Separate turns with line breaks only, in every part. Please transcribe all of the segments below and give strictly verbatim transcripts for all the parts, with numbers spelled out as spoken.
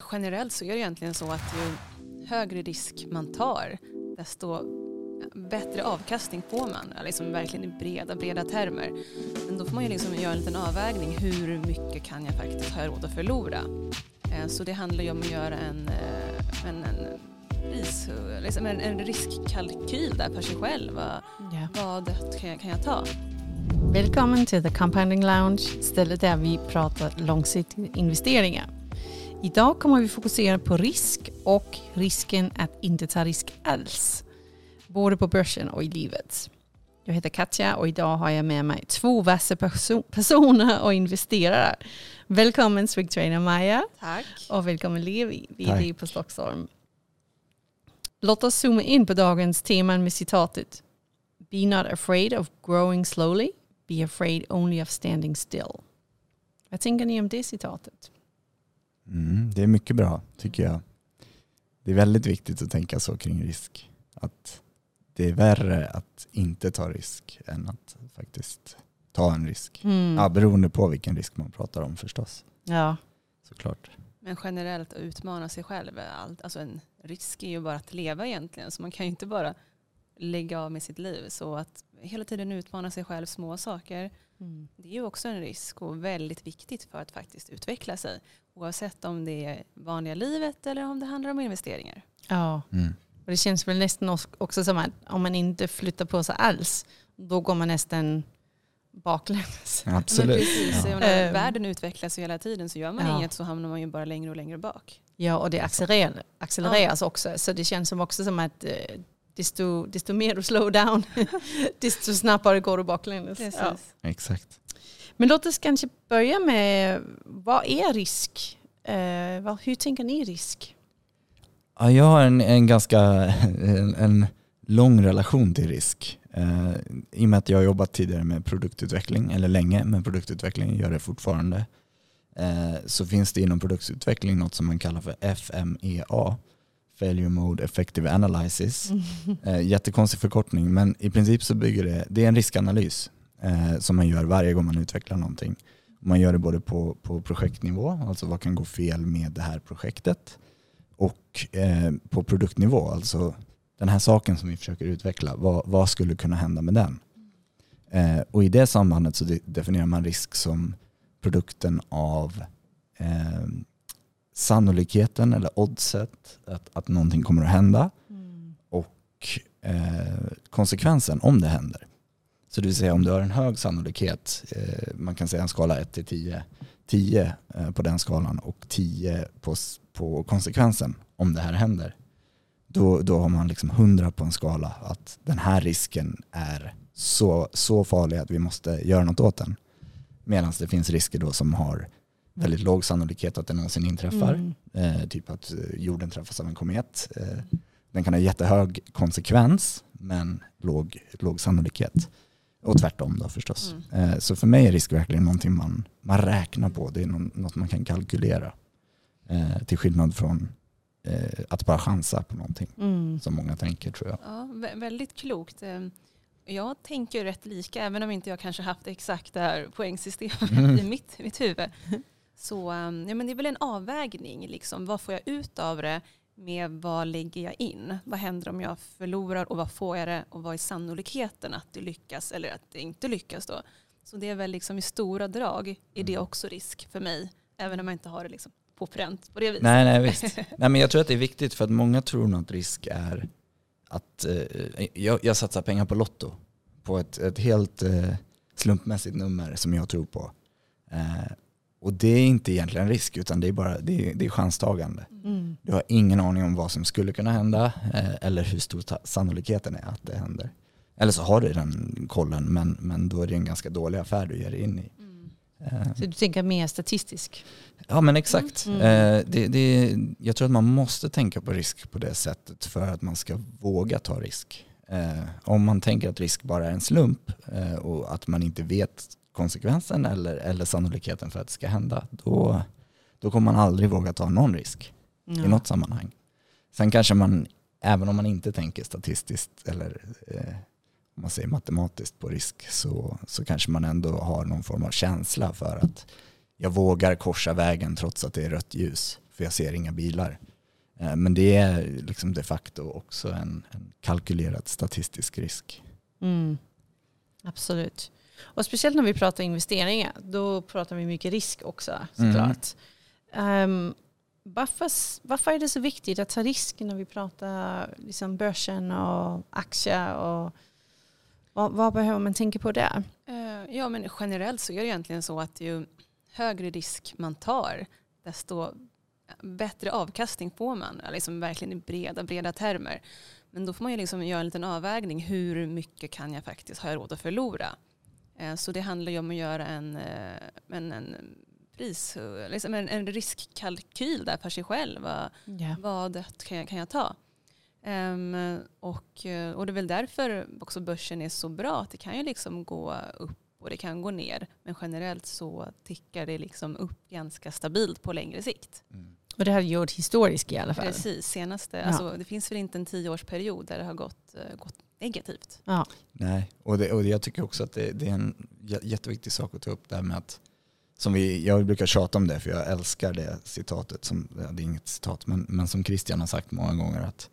Generellt så är det egentligen så att ju högre risk man tar, desto bättre avkastning får man. Liksom verkligen i breda, breda termer. Men då får man ju liksom göra en liten avvägning. Hur mycket kan jag faktiskt ha råd att förlora? Så det handlar ju om att göra en, en, en, pris, liksom en, en riskkalkyl där för sig själv. Ja. Vad kan jag, kan jag ta?
Välkommen till The Compounding Lounge, stället där vi pratar långsiktiga investeringar. Idag kommer vi fokusera på risk och risken att inte ta risk alls. Både på börsen och i livet. Jag heter Katja och idag har jag med mig två vassa perso- personer och investerare. Välkommen Swigtrainer Maja.
Tack.
Och välkommen Levi, V D på Stockholm. Låt oss zooma in på dagens tema med citatet. Be not afraid of growing slowly. Be afraid only of standing still. Vad tänker ni om det citatet?
Mm, det är mycket bra, tycker jag. Det är väldigt viktigt att tänka så kring risk. Att det är värre att inte ta risk än att faktiskt ta en risk. Mm. Ja, beroende på vilken risk man pratar om förstås.
Ja.
Såklart.
Men generellt att utmana sig själv. Alltså en risk är ju bara att leva egentligen. Så man kan ju inte bara lägga av med sitt liv. Så att hela tiden utmana sig själv små saker. Mm. Det är ju också en risk och väldigt viktigt för att faktiskt utveckla sig. Oavsett om det är vanliga livet eller om det handlar om investeringar.
Ja, mm. Och det känns väl nästan också som att om man inte flyttar på sig alls, då går man nästan baklänges.
Absolut.
Men precis,
ja.
När uh, världen utvecklas hela tiden så gör man
ja.
inget så hamnar man ju bara längre och längre bak.
Ja, och det accelererar, accelereras ja. också. Så det känns som också som att uh, desto, desto mer du slow down, desto snabbare går du baklänges.
Ja.
Exakt.
Men låt oss kanske börja med, vad är risk? Uh, vad, hur tänker ni risk?
Ja, jag har en, en ganska en, en lång relation till risk. Uh, I och med att jag har jobbat tidigare med produktutveckling, eller länge med produktutveckling, gör det fortfarande. Uh, så finns det inom produktutveckling något som man kallar för F M E A. Failure Mode Effective Analysis. Uh, jättekonstig förkortning, men i princip så bygger det, det är en riskanalys uh, som man gör varje gång man utvecklar någonting. Man gör det både på, på projektnivå, alltså vad kan gå fel med det här projektet, och eh, på produktnivå, alltså den här saken som vi försöker utveckla, vad, vad skulle kunna hända med den? Eh, och i det sambandet så de, definierar man risk som produkten av eh, sannolikheten eller oddset att, att någonting kommer att hända mm. och eh, konsekvensen om det händer. Så det vill säga om du har en hög sannolikhet, eh, man kan säga en skala ett till tio, tio eh, på den skalan och tio på, på konsekvensen om det här händer. Då, då har man liksom hundra på en skala att den här risken är så, så farlig att vi måste göra något åt den. Medan det finns risker då som har väldigt låg sannolikhet att det någonsin inträffar. Mm. Eh, typ att jorden träffas av en komet. Eh, den kan ha jättehög konsekvens men låg, låg sannolikhet. Och tvärtom då förstås. Mm. Eh, så för mig är risk verkligen någonting man, man räknar på. Det är någon, något man kan kalkylera. Eh, till skillnad från eh, att bara chansa på någonting. Mm. Som många tänker, tror jag.
Ja, vä- väldigt klokt. Jag tänker rätt lika, även om inte jag kanske haft exakt det här poängsystemet mm. i mitt, mitt huvud. Så ja, men det är väl en avvägning. Liksom. Vad får jag ut av det? Med vad lägger jag in? Vad händer om jag förlorar och vad får jag det? Och vad är sannolikheten att det lyckas eller att det inte lyckas då? Så det är väl liksom i stora drag är det också risk för mig. Även om jag inte har det liksom på pränt på det viset.
Nej, nej visst. Nej, men jag tror att det är viktigt för att många tror nog att risk är att eh, jag, jag satsar pengar på Lotto. På ett, ett helt eh, slumpmässigt nummer som jag tror på. Eh, Och det är inte egentligen risk utan det är bara det är, det är chanstagande. Mm. Du har ingen aning om vad som skulle kunna hända eh, eller hur stor ta- sannolikheten är att det händer. Eller så har du den kollen men, men då är det en ganska dålig affär du ger dig in i. Mm.
Eh. Så du tänker mer statistisk?
Ja men exakt. Mm. Eh, det, det, jag tror att man måste tänka på risk på det sättet för att man ska våga ta risk. Eh, om man tänker att risk bara är en slump eh, och att man inte vet konsekvensen eller, eller sannolikheten för att det ska hända, då, då kommer man aldrig våga ta någon risk ja. i något sammanhang. Sen kanske man, även om man inte tänker statistiskt eller eh, om man säger matematiskt på risk, så, så kanske man ändå har någon form av känsla för att jag vågar korsa vägen trots att det är rött ljus. För för jag ser inga bilar. Men det är liksom de facto också en, en kalkylerad statistisk risk.
Mm. Absolut. Och speciellt när vi pratar investeringar, då pratar vi mycket risk också, såklart. Mm. Um, varför, varför är det så viktigt att ta risk när vi pratar liksom börsen och aktier? Och vad, vad behöver man tänka på där?
Uh, ja, men generellt så är det egentligen så att ju högre risk man tar, desto bättre avkastning får man. Liksom verkligen i breda, breda termer. Men då får man ju liksom göra en liten avvägning. Hur mycket kan jag faktiskt ha råd att förlora? Så det handlar ju om att göra en, en, en pris, liksom en, en riskkalkyl där för sig själv. Yeah. Vad kan jag, kan jag ta? Um, och, och det är väl därför också börsen är så bra. Det kan ju liksom gå upp och det kan gå ner. Men generellt så tickar det liksom upp ganska stabilt på längre sikt.
Mm. Och det har gjort historiskt i alla fall.
Precis, senaste. Ja. Alltså, det finns väl inte en tioårsperiod där det har gått, gått negativt.
Ja.
Nej, och, det, och jag tycker också att det, det är en jätteviktig sak att ta upp där med att, som vi, jag brukar tjata om det för jag älskar det citatet, som, det är inget citat, men, men som Christian har sagt många gånger, att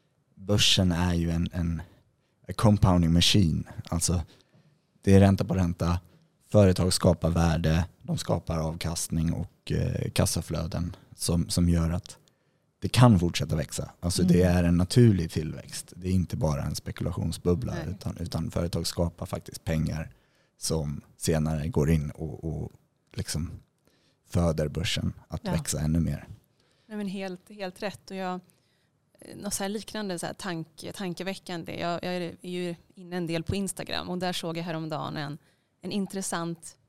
börsen är ju en, en a compounding machine. Alltså det är ränta på ränta, företag skapar värde, de skapar avkastning och eh, kassaflöden som, som gör att det kan fortsätta växa. Alltså mm. det är en naturlig tillväxt. Det är inte bara en spekulationsbubbla utan, utan företag skapar faktiskt pengar som senare går in och, och liksom föder börsen att ja. växa ännu mer.
Nej, men helt, helt rätt. Och jag, något så här liknande så här tanke, tankeväckande. Jag, jag är ju inne en del på Instagram och där såg jag häromdagen en, en intressant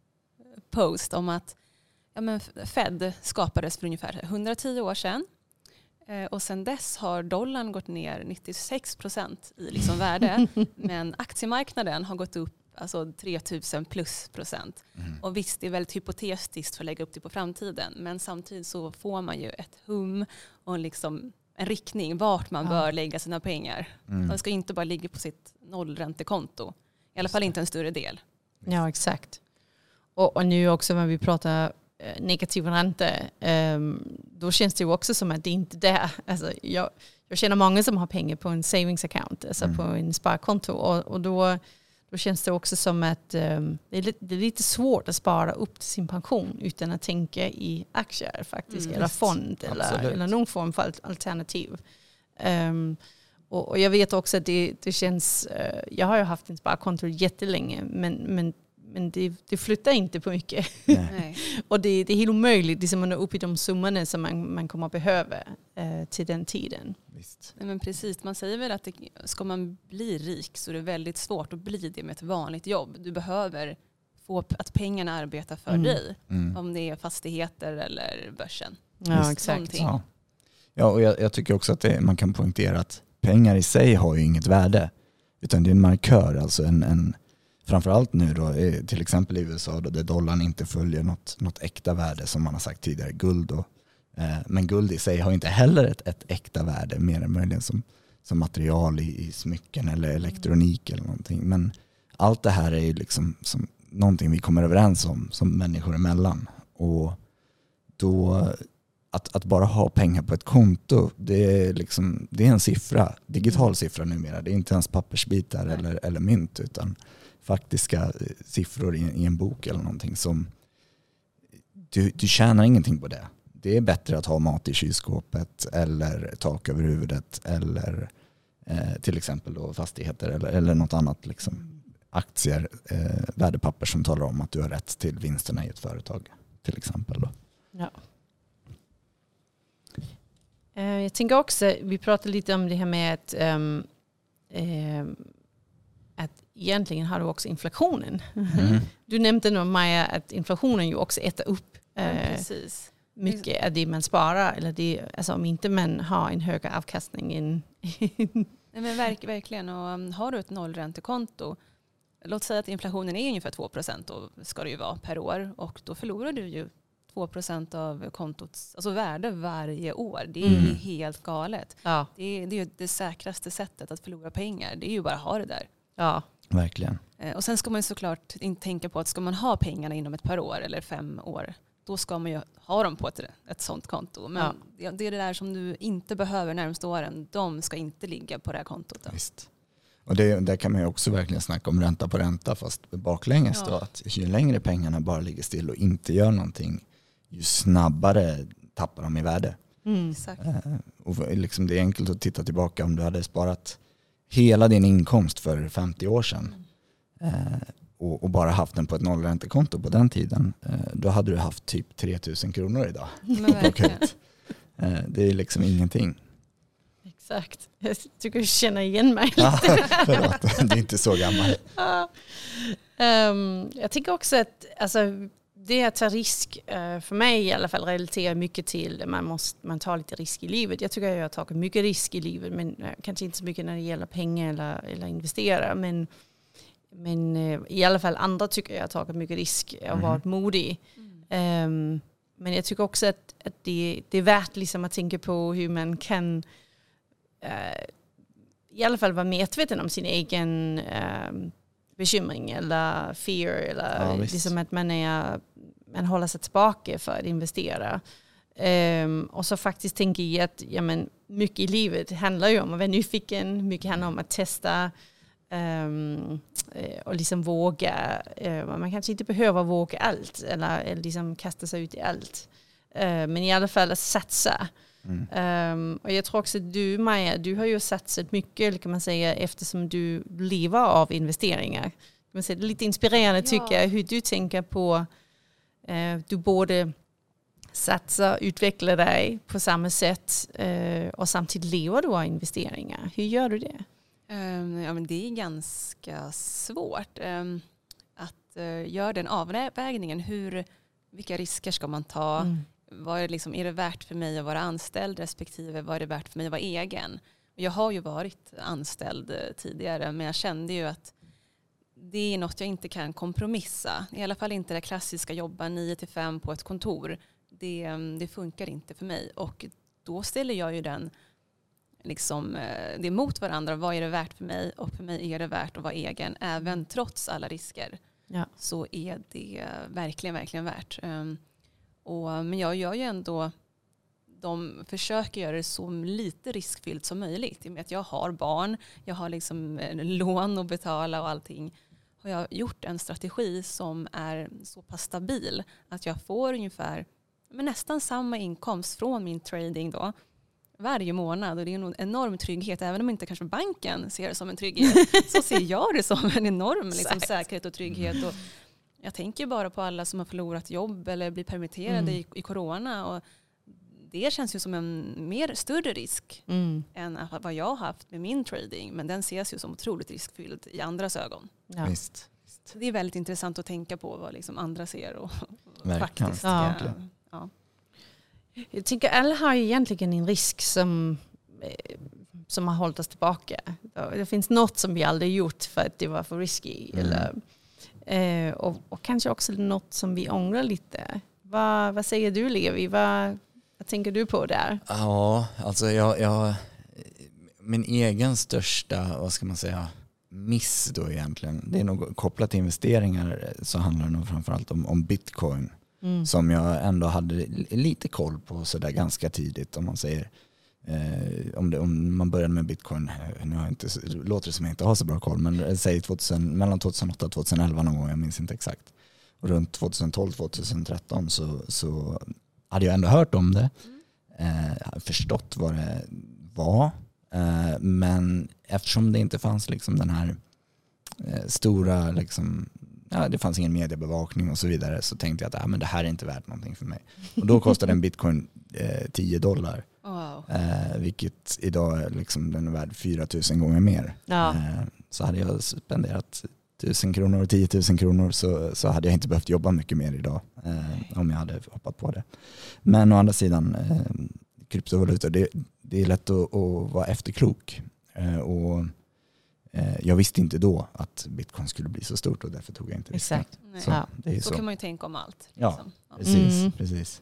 post om att ja, men Fed skapades för ungefär hundratio år sedan. Och sen dess har dollarn gått ner nittiosex procent i liksom värde. Men aktiemarknaden har gått upp alltså tre tusen plus procent. Mm. Och visst, det är väldigt hypotetiskt för att lägga upp det på framtiden. Men samtidigt så får man ju ett hum och liksom en riktning vart man ja. bör lägga sina pengar. Mm. De ska inte bara ligga på sitt nollräntekonto. I alla fall inte en större del.
Ja, exakt. Och, och nu också när vi pratar negativ ränta, um, då känns det ju också som att det inte är där. Alltså, jag, jag känner många som har pengar på en savings account, alltså mm. på en sparkonto. Och, och då, då känns det också som att um, det, är lite, det är lite svårt att spara upp till sin pension utan att tänka i aktier faktiskt, mm, eller fond eller, eller någon form för alternativ. Um, och, och jag vet också att det, det känns, uh, jag har ju haft en sparkonto jättelänge, men, men Men det, det flyttar inte på mycket. Nej. Och det, det är helt omöjligt liksom att nå upp i de summorna som man, man kommer att behöva eh, till den tiden.
Visst.
Nej, men precis, man säger väl att det, ska man bli rik så är det väldigt svårt att bli det med ett vanligt jobb. Du behöver få att pengarna arbetar för mm. dig. Mm. Om det är fastigheter eller börsen.
Ja, Visst. exakt.
Ja. ja, och jag, jag tycker också att det, man kan poängtera att pengar i sig har ju inget värde. Utan det är en markör, alltså en... en framförallt nu då, till exempel i U S A då, där dollarn inte följer något, något äkta värde som man har sagt tidigare, guld då. Eh, men guld i sig har inte heller ett, ett äkta värde, mer än möjligen som, som material i, i smycken eller elektronik eller någonting. Men allt det här är ju liksom som någonting vi kommer överens om som människor emellan. Och då att, att bara ha pengar på ett konto, det är, liksom, det är en siffra, digital siffra numera. Det är inte ens pappersbitar eller, eller mynt, utan faktiska siffror i, i en bok eller någonting som du, du tjänar ingenting på det. Det är bättre att ha mat i kylskåpet eller tak över huvudet eller eh, till exempel då fastigheter eller, eller något annat liksom, aktier, eh, värdepapper som talar om att du har rätt till vinsterna i ett företag till exempel då.
Ja. Eh, jag tänker också, vi pratade lite om det här med att um, eh, att egentligen har du också inflationen. Mm. Du nämnde nog, Maja, att inflationen ju också äter upp eh,
Precis.
mycket av det man sparar. Eller det, alltså om inte man har en högre avkastning än...
Nej, men verk, verkligen. Och um, har du ett nollräntekonto, låt säga att inflationen är ungefär två procent då ska det ju vara per år. Och då förlorar du ju två procent av kontots alltså värde varje år. Det är mm. ju helt galet. Ja. Det är, det är det säkraste sättet att förlora pengar. Det är ju bara att ha det där.
Ja,
verkligen.
Och sen ska man såklart inte tänka på att ska man ha pengarna inom ett par år eller fem år, då ska man ju ha dem på ett, ett sånt konto. Men ja. det är det där som du inte behöver närmaste åren, de ska inte ligga på det här kontot. Då.
Visst. Och det, där kan man ju också verkligen snacka om ränta på ränta, fast baklänges ja. då. Att ju längre pengarna bara ligger still och inte gör någonting, ju snabbare tappar de i värde.
Mm. Exakt.
Eh, och liksom det är enkelt att titta tillbaka om du hade sparat hela din inkomst för femtio år sedan mm. eh, och, och bara haft den på ett nollräntekonto på den tiden, eh, då hade du haft typ tre tusen kronor idag. eh, det är liksom ingenting.
Exakt. Jag tycker jag känner igen mig lite.
Ja, förlåt, det är inte så gammal.
Ja. Um, jag tycker också att alltså, det att ta risk uh, för mig i alla fall relaterar mycket till man måste man tar lite risk i livet. Jag tycker att jag har tagit mycket risk i livet, men uh, kanske inte så mycket när det gäller pengar eller, eller investera. Men, men uh, i alla fall andra tycker jag har tagit mycket risk och mm. varit modig. Mm. Um, men jag tycker också att, att det, det är värt liksom att tänka på hur man kan Uh, i alla fall vara medveten om sin egen uh, bekymring eller fear eller
ja,
liksom att man, är, man håller sig tillbaka för att investera. Um, och så faktiskt tänker jag att ja, men, mycket i livet handlar ju om att vara nyfiken, mycket handlar om att testa um, och liksom våga. Uh, man kanske inte behöver våga allt eller, eller liksom kasta sig ut i allt. Uh, men i alla fall att satsa. Mm. Um, och jag tror också att du, Maja, du har ju satsat mycket kan man säga, eftersom du lever av investeringar. Kan man säga, det är lite inspirerande ja. tycker jag hur du tänker på uh, du borde satsa, utveckla dig på samma sätt uh, och samtidigt lever du av investeringar. Hur gör du det?
Um, ja, men det är ganska svårt um, att uh, göra den avvägningen. Hur, vilka risker ska man ta? Mm. Vad är, det liksom, är det värt för mig att vara anställd respektive vad är det värt för mig att vara egen? Jag har ju varit anställd tidigare, men jag kände ju att det är något jag inte kan kompromissa. I alla fall inte det klassiska jobba nio till fem på ett kontor. Det, det funkar inte för mig. Och då ställer jag ju den liksom, det är mot varandra. Vad är det värt för mig? Och för mig är det värt att vara egen. Även trots alla risker ja. så är det verkligen, verkligen värt. Och, men jag gör ju ändå, de försöker göra det så lite riskfyllt som möjligt. I och med att jag har barn, jag har liksom lån att betala och allting. Har jag gjort en strategi som är så pass stabil att jag får ungefär men nästan samma inkomst från min trading då varje månad. Och det är en enorm trygghet. Även om inte kanske banken ser det som en trygghet så ser jag det som en enorm liksom, säkerhet och trygghet. Och jag tänker bara på alla som har förlorat jobb eller blir permitterade mm. i, i corona. Och det känns ju som en mer större risk mm. än vad jag har haft med min trading. Men den ses ju som otroligt riskfylld i andras ögon.
Ja. Visst.
Det är väldigt intressant att tänka på vad liksom andra ser. Och, och
faktiskt.
Ja. Ja.
Jag tycker alla har egentligen en risk som, som har hållit oss tillbaka. Det finns något som vi aldrig gjort för att det var för risky. Mm. Eller... Eh, och, och kanske också något som vi ångrar lite. Va, vad säger du, Levi? Va, vad tänker du på där?
Ja, alltså jag, jag min egen största, vad ska man säga, miss då egentligen. Det är nog kopplat till investeringar, så handlar det nog framförallt om, om Bitcoin. Mm. Som jag ändå hade lite koll på så där ganska tidigt, om man säger. Eh, om, det, om man började med Bitcoin, nu har jag inte, låter det som jag inte har så bra koll, men säg tvåtusen, mellan tjugohundraåtta och tjugoelva någon gång, jag minns inte exakt. Och runt tjugotolv tjugotretton så, så hade jag ändå hört om det, eh, förstått vad det var, eh, men eftersom det inte fanns liksom den här eh, stora liksom, ja, det fanns ingen mediebevakning och så vidare, så tänkte jag att ah, men det här är inte värt någonting för mig. Och då kostade en Bitcoin eh, tio dollar. Wow. Eh, vilket idag är liksom, den är värd fyra tusen gånger mer. Ja. Eh, så hade jag spenderat tusen kronor och tio tusen kronor så, så hade jag inte behövt jobba mycket mer idag eh, om jag hade hoppat på det. Men å andra sidan, eh, kryptovalutor, det, det är lätt att, att vara efterklok. Eh, och eh, jag visste inte då att Bitcoin skulle bli så stort och därför tog jag inte risken.
Exakt.
Så,
ja.
det är
så.
så
kan man ju tänka om allt. Liksom.
Ja, precis, mm. precis.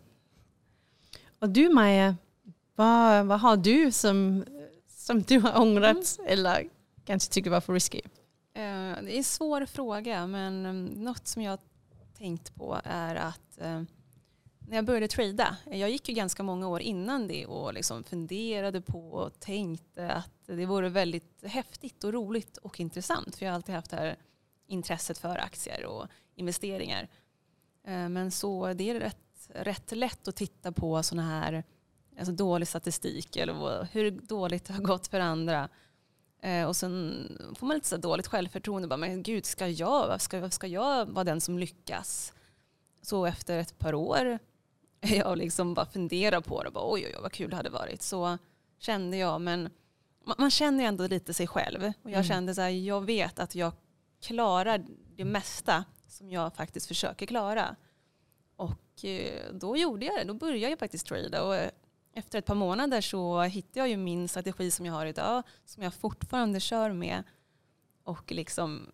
Och du, Maja, vad, vad har du som, som du har ångrat mm. eller kanske tycker var för risky?
Det är en svår fråga, men något som jag har tänkt på är att när jag började trada, jag gick ju ganska många år innan det och liksom funderade på och tänkte att det vore väldigt häftigt och roligt och intressant. För jag har alltid haft det här intresset för aktier och investeringar. Men så det är rätt, rätt lätt att titta på såna här alltså dålig statistik eller hur dåligt det har gått för andra. Och sen får man lite så dåligt självförtroende. Bara, men gud, ska jag, ska, ska jag vara den som lyckas? Så efter ett par år jag liksom bara funderar på det. Bara, oj, oj, oj, vad kul det hade varit. Så kände jag, men man, man känner ju ändå lite sig själv. Och jag mm. kände så här, jag vet att jag klarar det mesta som jag faktiskt försöker klara. Och då gjorde jag det. Då började jag faktiskt trada. Och efter ett par månader så hittade jag ju min strategi som jag har idag. Som jag fortfarande kör med. Och liksom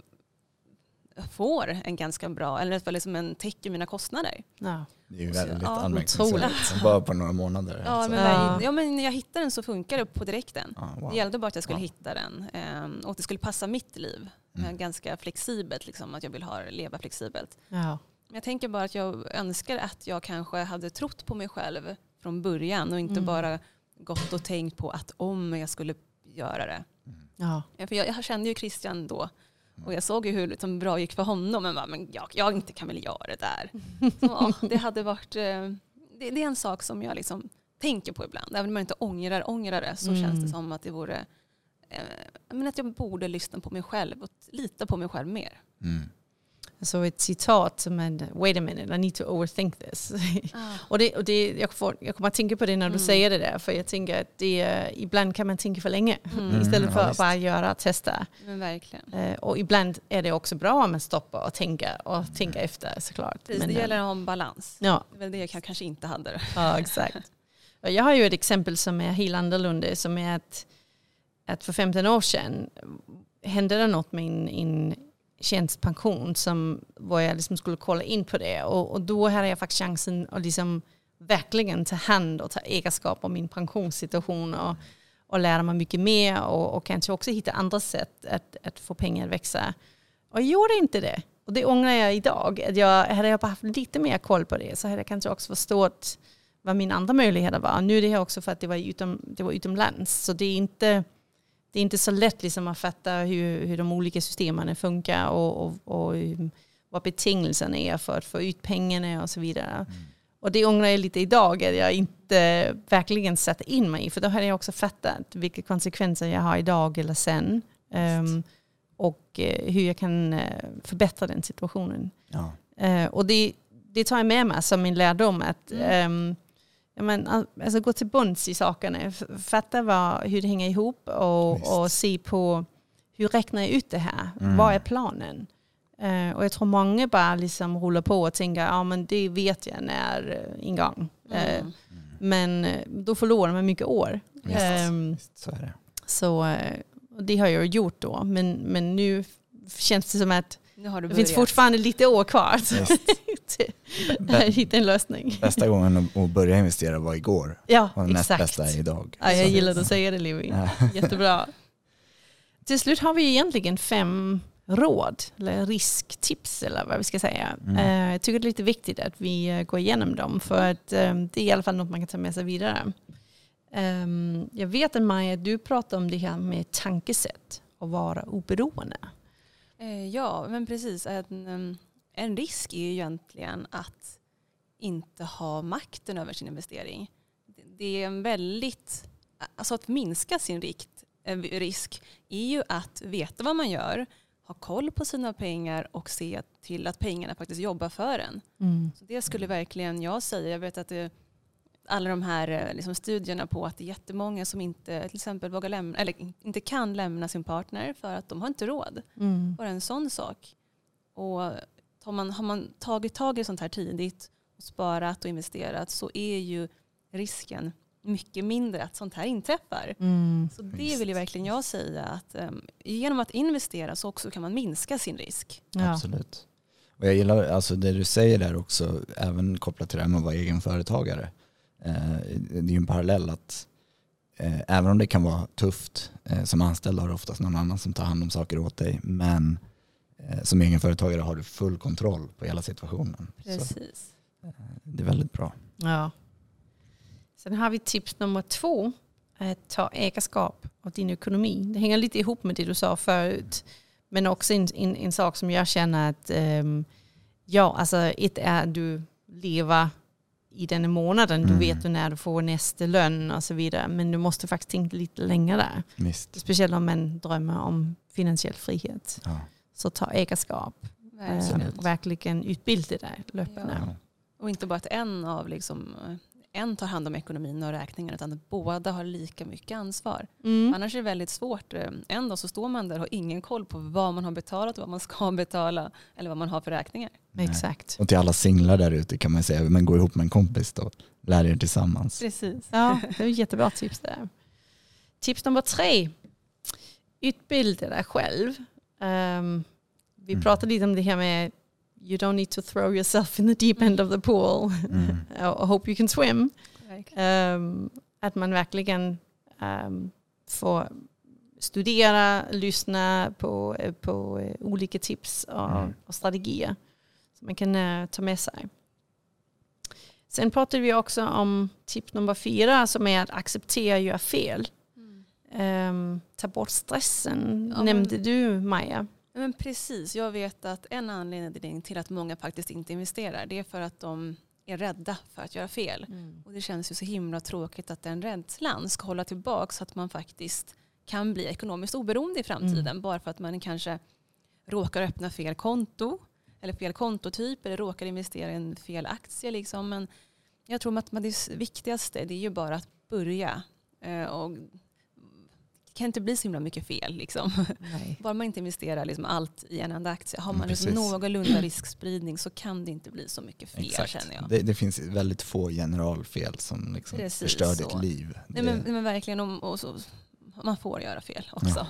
får en ganska bra, eller liksom en täcker mina kostnader.
Ja.
Det är ju väldigt
ja,
anmärkningsvärt. Bara på några månader.
Ja, men ja. ja, men när jag hittade den så funkar det på direkten.
Ja, wow.
Det gällde bara att jag skulle
wow.
hitta den. Um, och att det skulle passa mitt liv. Mm. Ganska flexibelt, liksom, att jag vill ha, leva flexibelt.
Ja.
Men jag tänker bara att jag önskar att jag kanske hade trott på mig själv från början. Och inte mm. bara gått och tänkt på att om jag skulle göra det.
Mm.
Ja. För jag, jag kände ju Christian då. Och jag såg ju hur liksom, bra gick för honom. Men, bara, men jag, jag inte kan väl göra det där. Så, ja, det hade varit... Eh, det, det är en sak som jag liksom tänker på ibland. Även om jag inte ångrar, ångrar det så mm. känns det som att det vore... Eh, men att jag borde lyssna på mig själv och lita på mig själv mer.
Mm.
Så ett citat som är wait a minute, I need to overthink this. Ah. och det, och det, jag, får, jag kommer att tänka på det när du mm. säger det där. För jag tänker att det, ibland kan man tänka för länge. Mm. Istället för ja, att bara göra, testa.
Men verkligen.
Uh, och ibland är det också bra om man stoppar och tänka och mm. tänka efter såklart.
Precis,
Men,
det gäller att ha en balans.
Ja.
Det är väl det jag kanske inte hade.
Ja, exakt. Jag har ju ett exempel som är helt annorlunda. Som är att, att för femton år sedan hände det något med min in, tjänstpension som var jag liksom skulle kolla in på det och, och då hade jag faktiskt chansen att liksom verkligen ta hand och ta ägarskap om min pensionssituation och, och lära mig mycket mer och, och kanske också hitta andra sätt att, att få pengar att växa. Och jag gjorde inte det. Och det ångrar jag idag. Att jag, hade jag bara haft lite mer koll på det så hade jag kanske också förstått vad min andra möjligheter var. Nu är det här också för att det var, utom, det var utomlands så det är inte Det är inte så lätt liksom att fatta hur, hur de olika systemen funkar och, och, och vad betingelserna är för att få ut pengarna och så vidare. Mm. Och det ångrar jag lite idag att jag inte verkligen satte in mig. För då hade jag också fattat vilka konsekvenser jag har idag eller sen. Um, och uh, hur jag kan uh, förbättra den situationen. Ja. Uh, och det, det tar jag med mig som en lärdom att mm. um, Ja, men, alltså, gå till bunds i sakerna. Fatta vad, hur det hänger ihop och, och se på hur räknar jag ut det här? Mm. Vad är planen? Uh, och jag tror många bara liksom rullar på och tänker ja men det vet jag när uh, en gång. Mm. Uh, men uh, då förlorar man mycket år.
Visst. Um, Visst, så är det.
Så uh, det har jag gjort då. Men, men nu känns det som att
nu har du
det finns fortfarande lite år kvar att hitta en lösning.
Bästa gången att börja investera var igår.
Ja,
och
exakt.
näst bästa är idag.
Ja, jag gillade att säga det, Livy. Ja. Jättebra. Till slut har vi egentligen fem råd eller risktips eller vad vi ska säga. Mm. Jag tycker det är lite viktigt att vi går igenom dem för att det är i alla fall något man kan ta med sig vidare. Jag vet att Maja, du pratar om det här med tankesätt och vara oberoende.
Ja, men precis. En, en risk är ju egentligen att inte ha makten över sin investering. Det är en väldigt... Alltså att minska sin risk, risk är ju att veta vad man gör, ha koll på sina pengar och se till att pengarna faktiskt jobbar för en. Mm. Så det skulle verkligen jag säga. Jag vet att det, alla de här liksom, studierna på att det är jättemånga som inte till exempel vågar lämna, eller inte kan lämna sin partner för att de har inte råd. Mm. Bara en sån sak. Och har man, har man tagit tag i sånt här tidigt och sparat och investerat så är ju risken mycket mindre att sånt här inträffar. Mm. Så det vill ju verkligen jag säga att um, genom att investera så också kan man minska sin risk.
Ja. Absolut. Och jag gillar alltså det du säger där också, även kopplat till det här med att vara egenföretagare. Eh, det är ju en parallell att eh, även om det kan vara tufft eh, som anställd har du oftast någon annan som tar hand om saker åt dig, men eh, som egenföretagare har du full kontroll på hela situationen.
Precis.
Det är väldigt bra.
Ja. Sen har vi tips nummer två. Att ta ägarskap av din ekonomi. Det hänger lite ihop med det du sa förut. Men också en, en, en sak som jag känner att um, ja, alltså ett är att du lever i den månaden.
Mm.
Du vet när du får nästa lön och så vidare. Men du måste faktiskt tänka lite längre där.
Visst.
Speciellt om man drömmer om finansiell frihet.
Ja.
Så ta ägarskap.
Verkligen.
Uh, och verkligen utbilda dig löpande.
Ja. Och inte bara att en av liksom, en tar hand om ekonomin och räkningar, utan att båda har lika mycket ansvar.
Mm.
Annars är det väldigt svårt. En dag så står man där och har ingen koll på vad man har betalat och vad man ska betala eller vad man har för räkningar.
Nej.
Exakt.
Och till alla singlar där ute kan man säga, men gå ihop med en kompis då. Lär er tillsammans.
Precis.
Ja, det är ett jättebra tips där. Tips nummer tre. Utbilda dig själv. Um, vi
Mm.
pratade lite om det här med you don't need to throw yourself in the deep end of the pool.
Mm.
I hope you can swim.
Verkligen.
Um, att man verkligen um, får studera, lyssna på, på uh, olika tips och,
Mm.
och strategier som man kan uh, ta med sig. Sen pratade vi också om tips nummer fyra som är att acceptera och göra fel.
Mm.
Um, ta bort stressen,
Ja,
nämnde
men-
du Maja.
Men precis, jag vet att en anledning till att många faktiskt inte investerar, det är för att de är rädda för att göra fel. Och det känns ju så himla tråkigt att den rädslan ska hålla tillbaka så att man faktiskt kan bli ekonomiskt oberoende i framtiden.
Mm.
Bara för att man kanske råkar öppna fel konto eller fel kontotyp eller råkar investera i en fel aktie. Liksom. Men jag tror att det viktigaste det är ju bara att börja. Eh, och det kan inte bli så himla mycket fel. Liksom.
Nej.
Bara man inte investerar liksom allt i en enda aktie. Har man
Mm,
liksom
precis.
någorlunda riskspridning så kan det inte bli så mycket fel, känner jag.
Det, det finns väldigt få generalfel som liksom
Precis
förstör
så.
ditt liv.
Nej,
Det,
men, men verkligen, om, och så, man får göra fel också.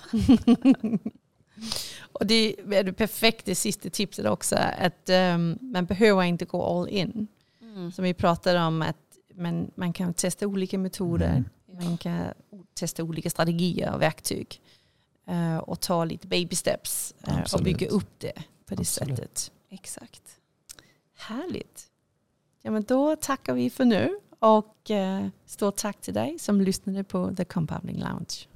Och det är det perfekta sista tipset också att um, man behöver inte gå all in.
Mm.
Som vi pratade om att man, man kan testa olika metoder.
Mm.
Man kan testa olika strategier och verktyg. Uh, och ta lite baby steps uh, och
Absolut.
bygga upp det på det
Absolut.
sättet.
Exakt.
Härligt. Ja, men då tackar vi för nu. Och uh, stort tack till dig som lyssnade på The Compounding Lounge.